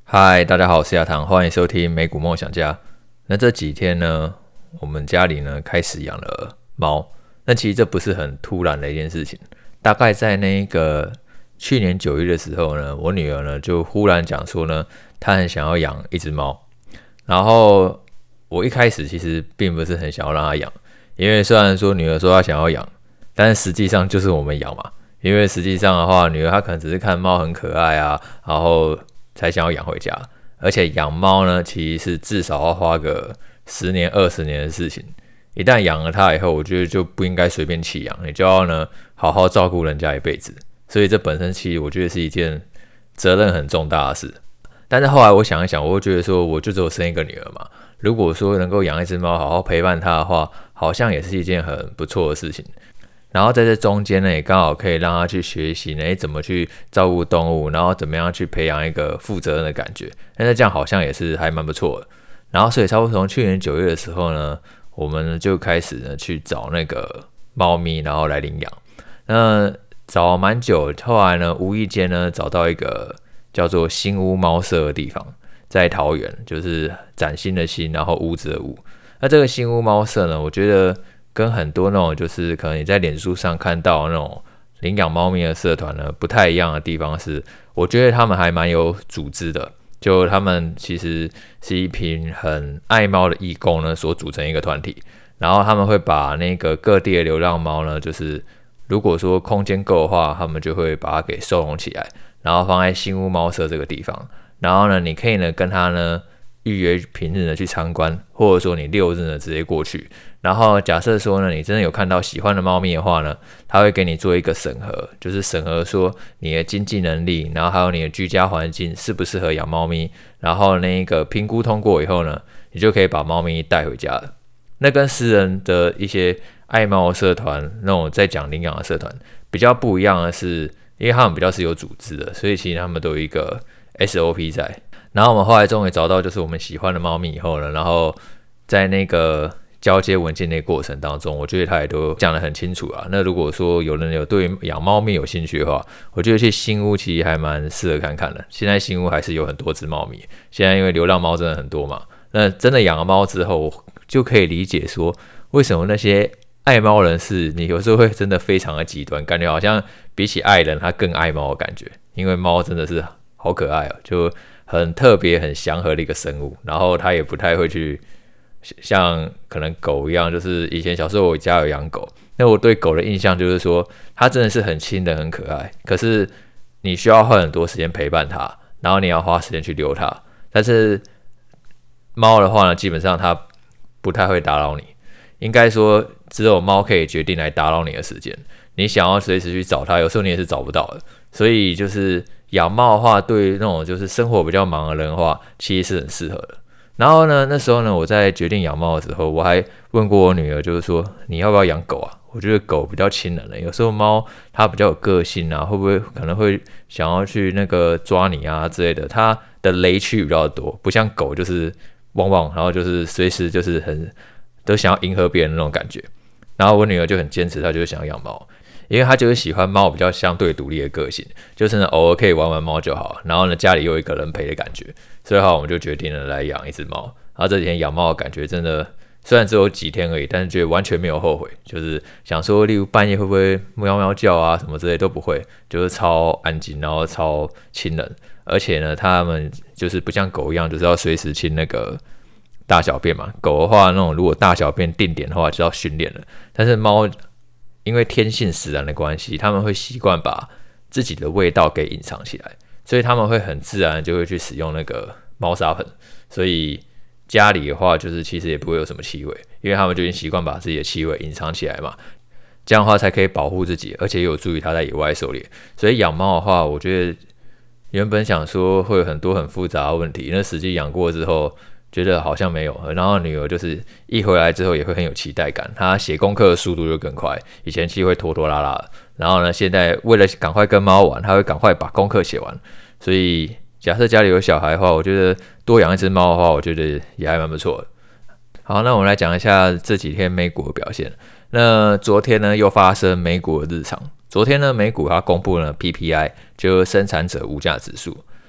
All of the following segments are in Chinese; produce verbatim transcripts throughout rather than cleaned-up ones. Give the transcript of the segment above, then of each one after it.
嗨，大家好，我是亚堂，欢迎收听美股梦想家。那这几天呢，我们家里呢开始养了猫。那其实这不是很突然的一件事情，大概在那个去年九月的时候呢，我女儿呢就忽然讲说呢，她很想要养一只猫。然后我一开始其实并不是很想要让她养，因为虽然说女儿说她想要养，但是实际上就是我们养嘛。因为实际上的话，女儿她可能只是看猫很可爱啊，然后才想要养回家，而且养猫呢，其实是至少要花个十年、二十年的事情。一旦养了它以后，我觉得就不应该随便弃养，你就要呢好好照顾人家一辈子。所以这本身其实我觉得是一件责任很重大的事。但是后来我想一想，我会觉得说，我就只有生一个女儿嘛，如果说能够养一只猫，好好陪伴它的话，好像也是一件很不错的事情。然后在这中间呢，也刚好可以让他去学习呢，怎么去照顾动物，然后怎么样去培养一个负责任的感觉。那这样好像也是还蛮不错的。然后所以差不多从去年九月的时候呢，我们就开始呢去找那个猫咪，然后来领养。那找蛮久，后来呢无意间呢找到一个叫做新屋猫舍的地方，在桃园，就是崭新的新，然后屋子的屋。那这个新屋猫舍呢，我觉得跟很多那种就是可能你在脸书上看到那种领养猫咪的社团呢不太一样的地方是，我觉得他们还蛮有组织的，就他们其实是一群很爱猫的义工呢所组成一个团体，然后他们会把那个各地的流浪猫呢，就是如果说空间够的话，他们就会把它给收容起来，然后放在新屋猫舍这个地方，然后呢你可以呢跟他呢预约平日呢去参观，或者说你六日呢直接过去。然后假设说呢，你真的有看到喜欢的猫咪的话呢，他会给你做一个审核，就是审核说你的经济能力，然后还有你的居家环境适不适合养猫咪，然后那个评估通过以后呢，你就可以把猫咪带回家了。那跟私人的一些爱猫社团那种在讲领养的社团比较不一样的是，因为他们比较是有组织的，所以其实他们都有一个 S O P 在。然后我们后来终于找到就是我们喜欢的猫咪以后呢，然后在那个交接文件的过程当中，我觉得他也都讲得很清楚啊。那如果说有人有对养猫咪有兴趣的话，我觉得去新屋其实还蛮适合看看的。现在新屋还是有很多只猫咪，现在因为流浪猫真的很多嘛，那真的养了猫之后，就可以理解说为什么那些爱猫人士，你有时候会真的非常的极端，感觉好像比起爱人，他更爱猫的感觉。因为猫真的是好可爱哦，就很特别、很祥和的一个生物，然后它也不太会去像可能狗一样，就是以前小时候我家有养狗，那我对狗的印象就是说，它真的是很亲人、很可爱，可是你需要花很多时间陪伴它，然后你要花时间去遛它。但是猫的话呢，基本上它不太会打扰你，应该说只有猫可以决定来打扰你的时间，你想要随时去找它，有时候你也是找不到的。所以就是养猫的话，对于那种就是生活比较忙的人的话，其实是很适合的。然后呢，那时候呢，我在决定养猫的时候，我还问过我女儿，就是说你要不要养狗啊？我觉得狗比较亲人的，有时候猫它比较有个性啊，会不会可能会想要去那个抓你啊之类的？它的雷区比较多，不像狗就是汪汪，然后就是随时就是很都想要迎合别人的那种感觉。然后我女儿就很坚持，她就是想要养猫。因为他就是喜欢猫比较相对独立的个性，就是呢偶尔可以玩玩猫就好，然后呢家里又有一个人陪的感觉，所以后来我们就决定了来养一只猫。然后这几天养猫的感觉真的虽然只有几天而已，但是觉得完全没有后悔，就是想说例如半夜会不会喵喵叫啊什么之类都不会，就是超安静，然后超亲人，而且呢他们就是不像狗一样就是要随时清那个大小便嘛，狗的话那种如果大小便定点的话就要训练了，但是猫因为天性使然的关系，他们会习惯把自己的味道给隐藏起来，所以他们会很自然就会去使用那个猫砂盆。所以家里的话，就是其实也不会有什么气味，因为他们就已经习惯把自己的气味隐藏起来嘛。这样的话才可以保护自己，而且也有助于它在野外狩猎。所以养猫的话，我觉得原本想说会有很多很复杂的问题，那实际养过之后，觉得好像没有，然后女儿就是一回来之后也会很有期待感，她写功课的速度就更快，以前其实会拖拖拉拉的，然后呢，现在为了赶快跟猫玩，她会赶快把功课写完，所以假设家里有小孩的话，我觉得多养一只猫的话，我觉得也还蛮不错的。好，那我们来讲一下这几天美股的表现。那昨天呢，又发生美股的日常。昨天呢，美股它公布了 P P I， 就是生产者物价指数。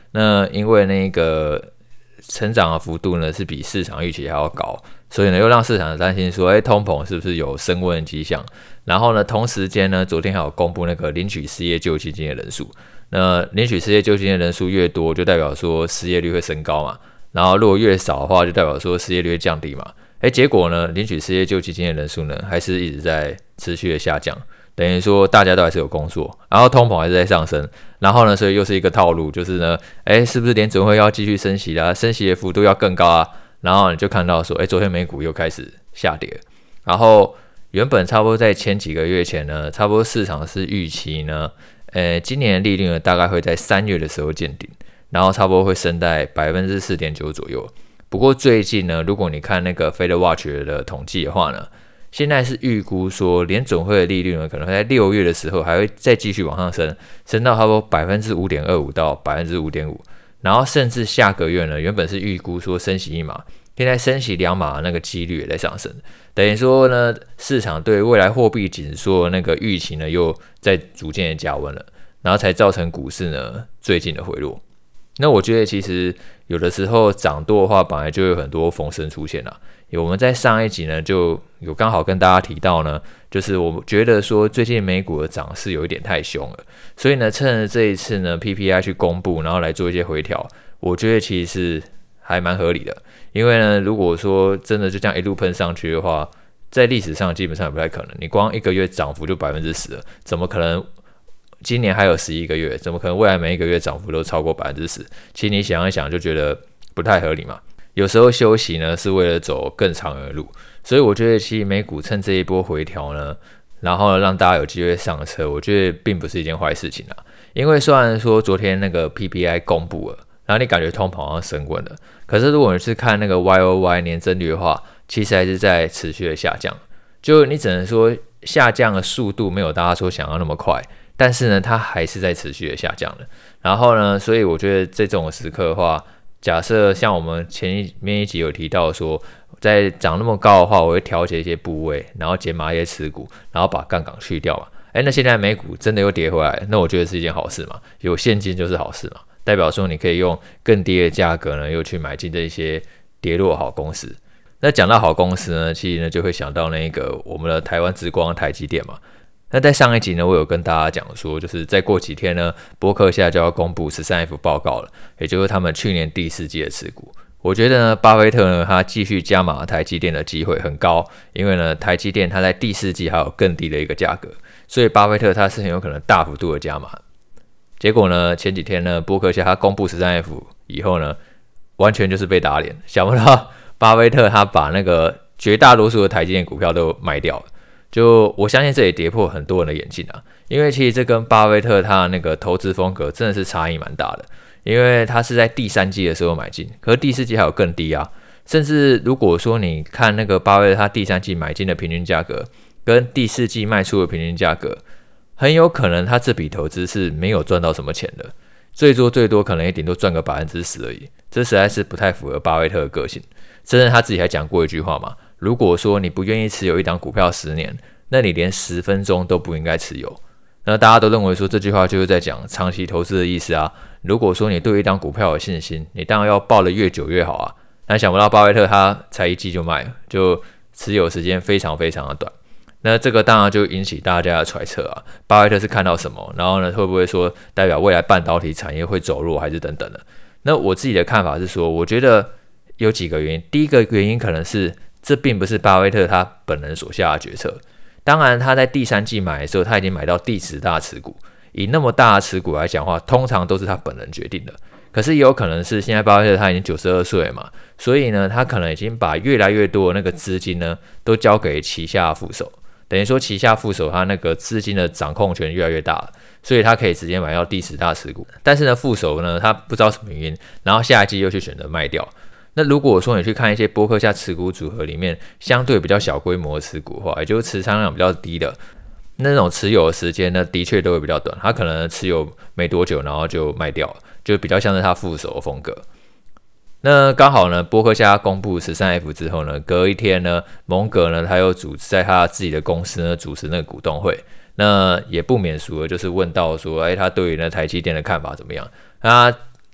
那因为那个成长的幅度呢是比市场预期还要高，所以呢又让市场担心说，哎，通膨是不是有升温的迹象？然后呢，同时间呢，昨天还有公布那个领取失业救济金的人数。那领取失业救济金的人数越多，就代表说失业率会升高嘛。然后如果越少的话，就代表说失业率会降低嘛。哎，结果呢，领取失业救济金的人数呢，还是一直在持续的下降。等于说大家都还是有工作，然后通膨还是在上升，然后呢，所以又是一个套路，就是呢，哎，是不是联准会要继续升息啦？升息的幅度要更高啊？然后你就看到说，哎，昨天美股又开始下跌，然后原本差不多在前几个月前呢，差不多市场是预期呢，呃，今年的利率呢大概会在三月的时候见顶，然后差不多会升在 百分之四点九 左右。不过最近呢，如果你看那个 Fed Watch 的统计的话呢，现在是预估说联准会的利率呢可能会在六月的时候还会再继续往上升，升到差不多 百分之五点二五 到 百分之五点五， 然后甚至下个月呢，原本是预估说升息一码，现在升息两码的那个几率也在上升，等于说呢，市场对未来货币紧缩的那个预期呢又在逐渐的加温了，然后才造成股市呢最近的回落。那我觉得其实有的时候涨多的话，本来就有很多风声出现了。我们在上一集呢就有刚好跟大家提到呢，就是我觉得说最近美股的涨势有一点太凶了，所以呢趁着这一次呢 P P I 去公布，然后来做一些回调，我觉得其实是还蛮合理的。因为呢，如果说真的就这样一路喷上去的话，在历史上基本上也不太可能。你光一个月涨幅就 百分之十 了，怎么可能？今年还有十一个月，怎么可能未来每一个月涨幅都超过 百分之十？ 其实你想一想就觉得不太合理嘛。有时候休息呢是为了走更长的路，所以我觉得其实美股趁这一波回调呢，然后让大家有机会上车，我觉得并不是一件坏事情啦。因为虽然说昨天那个 P P I 公布了，然后你感觉通膨好像升温了，可是如果你是看那个 Y O Y 年增率的话，其实还是在持续的下降。就你只能说下降的速度没有大家说想要那么快，但是呢，它还是在持续的下降的。然后呢，所以我觉得这种时刻的话，假设像我们前一面一集有提到说，在涨那么高的话，我会调节一些部位，然后减码一些持股，然后把杠杆去掉嘛。哎，那现在美股真的又跌回来，那我觉得是一件好事嘛，有现金就是好事嘛，代表说你可以用更低的价格呢，又去买进这些跌落好公司。那讲到好公司呢，其实呢就会想到那个我们的台湾之光台积电嘛。那在上一集呢，我有跟大家讲说，就是再过几天呢，波克夏就要公布 十三 F 报告了，也就是他们去年第四季的持股。我觉得呢，巴菲特呢，他继续加码台积电的机会很高，因为呢，台积电它在第四季还有更低的一个价格，所以巴菲特他是很有可能大幅度的加码。结果呢，前几天呢，波克夏他公布 十三 F 以后呢，完全就是被打脸，想不到巴菲特他把那个绝大多数的台积电股票都卖掉了。就我相信这也跌破很多人的眼镜啊，因为其实这跟巴菲特他的那个投资风格真的是差异蛮大的，因为他是在第三季的时候买进，可是第四季还有更低啊，甚至如果说你看那个巴菲特他第三季买进的平均价格跟第四季卖出的平均价格，很有可能他这笔投资是没有赚到什么钱的，最多最多可能也顶多赚个 百分之十 而已，这实在是不太符合巴菲特的个性。甚至他自己还讲过一句话嘛，如果说你不愿意持有一档股票十年，那你连十分钟都不应该持有。那大家都认为说这句话就是在讲长期投资的意思啊。如果说你对一档股票有信心，你当然要抱得越久越好啊。但想不到巴菲特他才一季就卖了，就持有时间非常非常的短。那这个当然就引起大家的揣测啊，巴菲特是看到什么，然后呢会不会说代表未来半导体产业会走弱，还是等等的。那我自己的看法是说，我觉得有几个原因。第一个原因可能是这并不是巴菲特他本人所下的决策，当然他在第三季买的时候他已经买到第十大持股，以那么大的持股来讲的话，通常都是他本人决定的。可是也有可能是现在巴菲特他已经九十二岁了嘛，所以呢他可能已经把越来越多的那个资金呢都交给旗下副手，等于说旗下副手他那个资金的掌控权越来越大了，所以他可以直接买到第十大持股。但是呢副手呢他不知道什么原因，然后下一季又去选择卖掉。那如果说你去看一些波克夏持股组合里面相对比较小规模的持股的话，也就是持仓量比较低的那种持有的时间呢，的确都会比较短，他可能持有没多久然后就卖掉了，就比较像是他副手的风格。那刚好呢，波克夏公布 十三 F 之后呢，隔一天呢，蒙格呢他又主在他自己的公司呢主持那个股东会，那也不免俗的就是问到说，哎，他对于那台积电的看法怎么样？他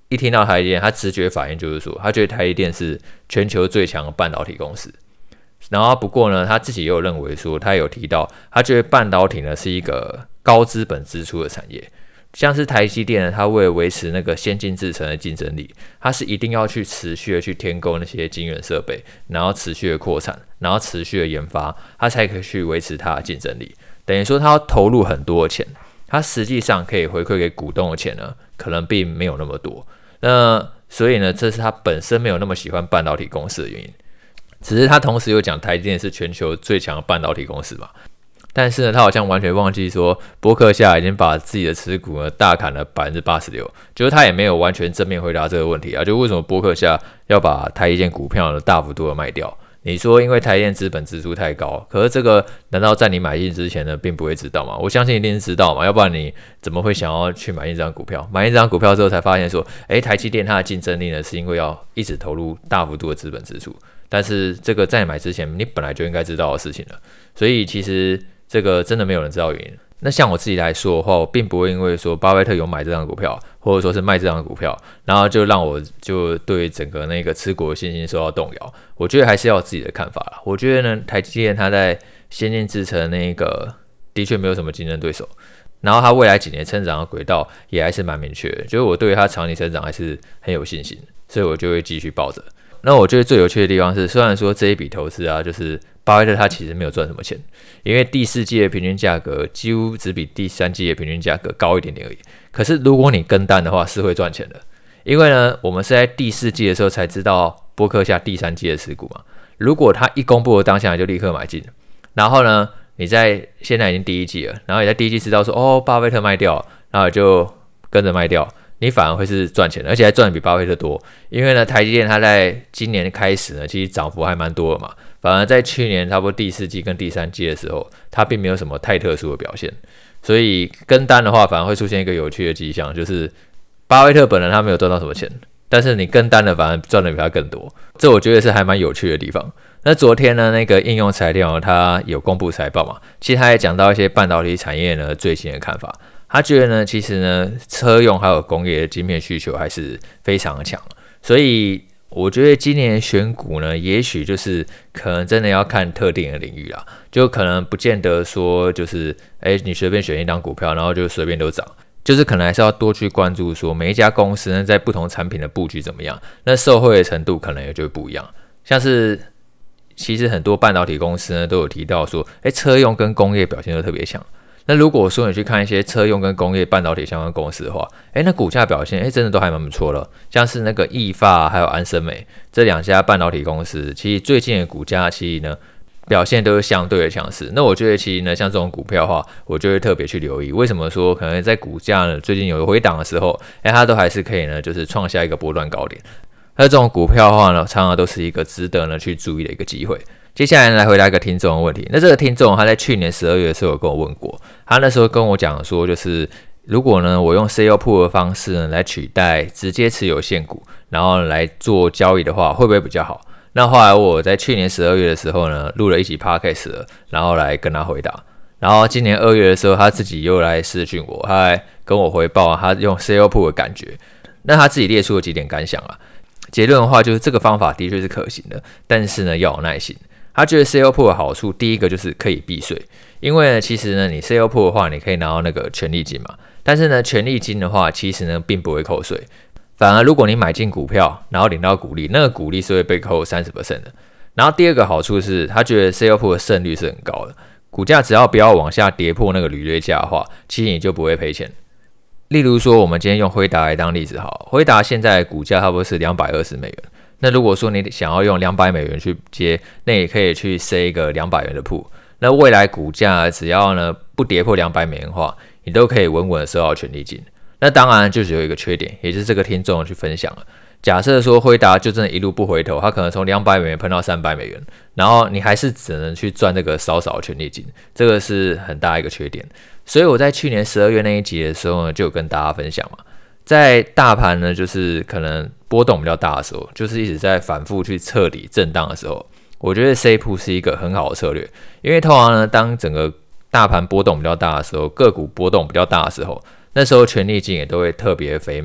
一听到台积电，他直觉反应就是说，他觉得台积电是全球最强的半导体公司。然后不过呢，他自己也有认为说，他有提到，他觉得半导体呢是一个高资本支出的产业。像是台积电呢，它为了维持那个先进制程的竞争力，它是一定要去持续的去添购那些晶圆设备，然后持续的扩产，然后持续的研发，它才可以去维持它的竞争力。等于说，它要投入很多的钱，它实际上可以回馈给股东的钱呢，可能并没有那么多。那所以呢，这是他本身没有那么喜欢半导体公司的原因。只是他同时又讲台积电是全球最强的半导体公司嘛。但是呢，他好像完全忘记说，波克夏已经把自己的持股呢大砍了 百分之八十六， 就是他也没有完全正面回答这个问题啊，就为什么波克夏要把台积电股票呢大幅度的卖掉？你说因为台积电资本支出太高，可是这个难道在你买进之前呢，并不会知道吗？我相信一定是知道嘛，要不然你怎么会想要去买进这张股票？买进这张股票之后才发现说，诶，台积电它的竞争力呢，是因为要一直投入大幅度的资本支出，但是这个在买之前，你本来就应该知道的事情了，所以其实。这个真的没有人知道原因。那像我自己来说的话，我并不会因为说巴菲特有买这张股票，或者说是卖这张股票，然后就让我就对整个那个持股的信心受到动摇。我觉得还是要有自己的看法啦。我觉得呢，台积电它在先进制程那个的确没有什么竞争对手，然后它未来几年成长的轨道也还是蛮明确的，就是我对它长期成长还是很有信心，所以我就会继续抱着。那我觉得最有趣的地方是，虽然说这一笔投资啊，就是巴菲特他其实没有赚什么钱，因为第四季的平均价格几乎只比第三季的平均价格高一点点而已。可是如果你跟单的话，是会赚钱的，因为呢，我们是在第四季的时候才知道波克夏第三季的持股嘛。如果他一公布的当下就立刻买进，然后呢，你在现在已经第一季了，然后你在第一季知道说哦，巴菲特卖掉，然后就跟着卖掉。你反而会是赚钱的，而且还赚的比巴菲特多。因为呢，台积电它在今年开始呢，其实涨幅还蛮多的嘛。反而在去年差不多第四季跟第三季的时候，它并没有什么太特殊的表现。所以跟单的话，反而会出现一个有趣的迹象，就是巴菲特本人他没有赚到什么钱，但是你跟单的反而赚的比他更多。这我觉得是还蛮有趣的地方。那昨天呢，那个应用材料它有公布财报嘛，其实他也讲到一些半导体产业呢最新的看法。他觉得呢，其实呢，车用还有工业的晶片需求还是非常的强，所以我觉得今年选股呢，也许就是可能真的要看特定的领域啦，就可能不见得说就是，哎，你随便选一档股票，然后就随便都涨，就是可能还是要多去关注说每一家公司呢，在不同产品的布局怎么样，那受惠的程度可能也就会不一样，像是。其实很多半导体公司呢都有提到说，哎，车用跟工业表现都特别强。那如果说你去看一些车用跟工业半导体相关公司的话，诶，那股价表现诶真的都还蛮不错的，像是那个易发还有安森美这两家半导体公司，其实最近的股价其实呢表现都是相对的强势。那我觉得其实呢，像这种股票的话，我就会特别去留意。为什么说可能在股价呢最近有回档的时候，诶，它都还是可以呢，就是创下一个波段高点。那这种股票的话呢，常常都是一个值得呢去注意的一个机会。接下来来回答一个听众的问题。那这个听众他在去年十二月的时候有跟我问过，他那时候跟我讲说，就是如果呢我用 sell put 的方式呢来取代直接持有现股，然后来做交易的话，会不会比较好？那后来我在去年十二月的时候呢，录了一集 podcast 了，然后来跟他回答。然后今年二月的时候，他自己又来私讯我，他来跟我回报他用 sell put 的感觉。那他自己列出了几点感想啊。结论的话就是这个方法的确是可行的，但是呢要有耐心。他觉得 sell put 的好处，第一个就是可以避税，因为呢其实呢你 sell put 的话，你可以拿到那个权利金嘛，但是呢权利金的话，其实呢并不会扣税，反而如果你买进股票，然后领到股利，那个股利是会被扣 百分之三十 的。然后第二个好处是，他觉得 sell put 的胜率是很高的，股价只要不要往下跌破那个履约价的话，其实你就不会赔钱。例如说，我们今天用辉达来当例子好，辉达现在的股价差不多是两百二十美元。那如果说你想要用两百美元去接，那也可以去塞一个两百元的铺。那未来股价只要呢不跌破两百美元的话，你都可以稳稳的收到权利金。那当然就只有一个缺点，也就是这个听众去分享了。假设说辉达就真的一路不回头，他可能从两百美元喷到三百美元，然后你还是只能去赚这个少少的权利金，这个是很大一个缺点。所以我在去年十二月那一集的时候呢，就有跟大家分享嘛，在大盘呢就是可能波动比较大的时候，就是一直在反复去测底震荡的时候，我觉得 sell put 是一个很好的策略，因为通常呢，当整个大盘波动比较大的时候，个股波动比较大的时候，那时候权利金也都会特别肥美。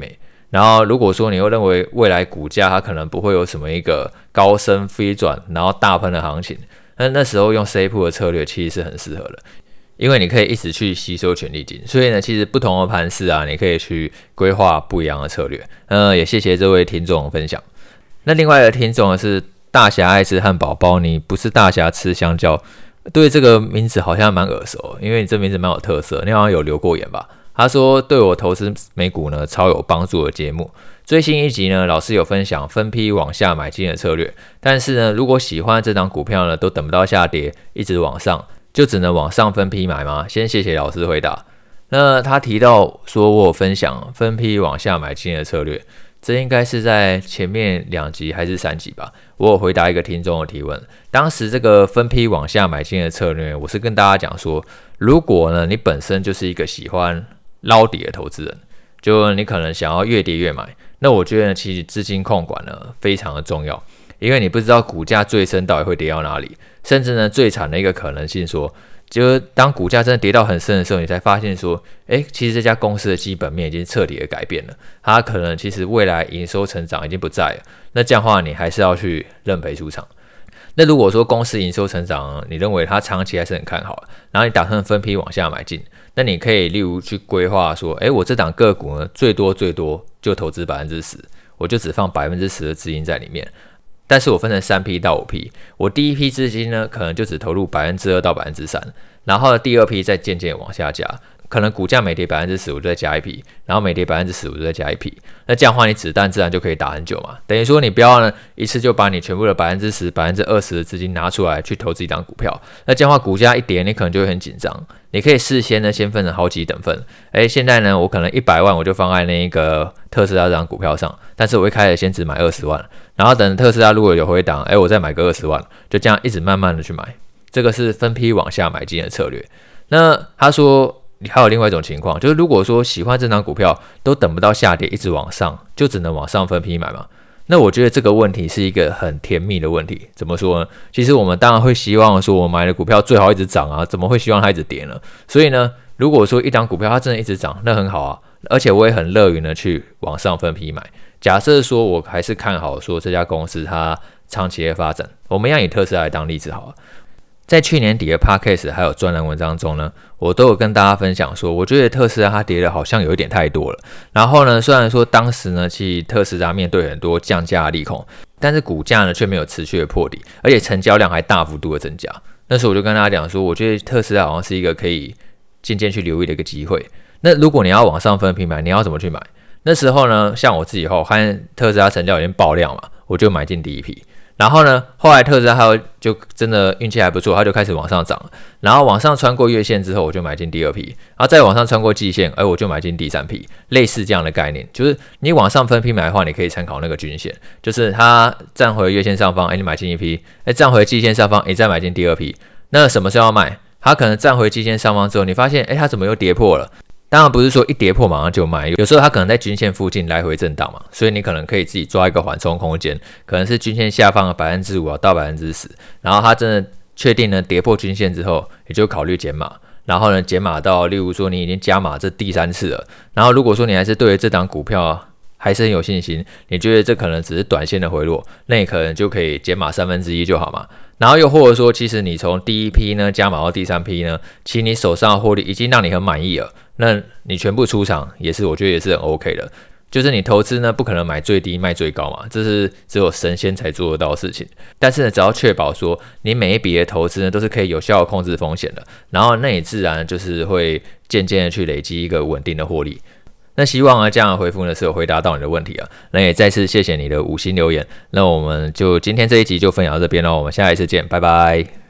然后如果说你又认为未来股价它可能不会有什么一个高升飞转，然后大喷的行情，那那时候用 stay put 的策略其实是很适合的。因为你可以一直去吸收权利金，所以呢，其实不同的盘势啊，你可以去规划不一样的策略。呃，也谢谢这位听众分享。那另外一个听众是大侠爱吃汉堡包，你不是大侠吃香蕉，对这个名字好像蛮耳熟，因为你这名字蛮有特色，你好像有留过言吧？他说对我投资美股呢超有帮助的节目。最新一集呢，老师有分享分批往下买进的策略，但是呢，如果喜欢这档股票呢，都等不到下跌，一直往上。就只能往上分批买吗？先谢谢老师回答。那他提到说我有分享分批往下买进的策略，这应该是在前面两集还是三集吧？我有回答一个听众的提问。当时这个分批往下买进的策略，我是跟大家讲说，如果呢你本身就是一个喜欢捞底的投资人，就你可能想要越跌越买，那我觉得其实资金控管呢非常的重要。因为你不知道股价最深到底会跌到哪里，甚至呢最惨的一个可能性说，就是当股价真的跌到很深的时候，你才发现说，诶，其实这家公司的基本面已经彻底的改变了，它可能其实未来营收成长已经不在了，那这样的话你还是要去认赔出场。那如果说公司营收成长，你认为它长期还是很看好，然后你打算分批往下买进，那你可以例如去规划说，诶，我这档个股呢最多最多就投资 百分之十， 我就只放 百分之十 的资金在里面。但是我分成三批到五批，我第一批资金呢，可能就只投入 百分之二 到 百分之三， 然后第二批再渐渐往下加，可能股价每跌 百分之十 我就再加一批，然后每跌 百分之十 我就再加一批，那这样的话你子弹自然就可以打很久嘛。等于说你不要呢一次就把你全部的 百分之十、百分之二十 的资金拿出来去投资一档股票，那这样的话股价一跌你可能就会很紧张，你可以事先呢先分成好几等份。诶，现在呢我可能一百万我就放在那个特斯拉这档股票上，但是我一开始先只买二十万，然后等特斯拉如果有回档，诶，我再买个二十万，就这样一直慢慢的去买，这个是分批往下买进的策略。那他说还有另外一种情况，就是如果说喜欢这档股票都等不到下跌一直往上，就只能往上分批买嘛。那我觉得这个问题是一个很甜蜜的问题。怎么说呢？其实我们当然会希望说我买的股票最好一直涨啊，怎么会希望它一直跌呢？所以呢，如果说一档股票它真的一直涨，那很好啊，而且我也很乐于呢去往上分批买。假设说我还是看好说这家公司它长期的发展，我们要以特斯拉来当例子好了。在去年底的 Podcast 还有专栏文章中呢，我都有跟大家分享说，我觉得特斯拉它跌的好像有一点太多了。然后呢，虽然说当时呢，其实特斯拉面对很多降价的利空，但是股价呢却没有持续的破底，而且成交量还大幅度的增加。那时候我就跟大家讲说，我觉得特斯拉好像是一个可以渐渐去留意的一个机会。那如果你要往上分批买，你要怎么去买？那时候呢，像我自己后看特斯拉成交已经爆量嘛，我就买进第一批。然后呢，后来特斯拉它就真的运气还不错，它就开始往上涨了。然后往上穿过月线之后，我就买进第二批，然后再往上穿过季线，哎，我就买进第三批。类似这样的概念，就是你往上分批买的话，你可以参考那个均线，就是它站回月线上方，哎，你买进一批；哎，站回季线上方，你再买进第二批。那什么时候要卖？它可能站回季线上方之后，你发现，哎，它怎么又跌破了？当然不是说一跌破马上就卖，有时候它可能在均线附近来回震荡嘛，所以你可能可以自己抓一个缓冲空间，可能是均线下方的 百分之五 到 百分之十， 然后它真的确定呢跌破均线之后，你就考虑减码，然后呢减码到例如说你已经加码这第三次了，然后如果说你还是对这档股票还是很有信心，你觉得这可能只是短线的回落，那你可能就可以减码三分之一就好嘛。然后又或者说，其实你从第一批呢加码到第三批呢，其实你手上的获利已经让你很满意了，那你全部出场也是我觉得也是很 OK 的。就是你投资呢不可能买最低卖最高嘛，这是只有神仙才做得到的事情。但是呢，只要确保说你每一笔的投资呢都是可以有效的控制风险的，然后那你自然就是会渐渐的去累积一个稳定的获利。那希望啊这样的回复呢是有回答到你的问题啊，那也再次谢谢你的五星留言。那我们就今天这一集就分享到这边咯，我们下一次见，拜拜。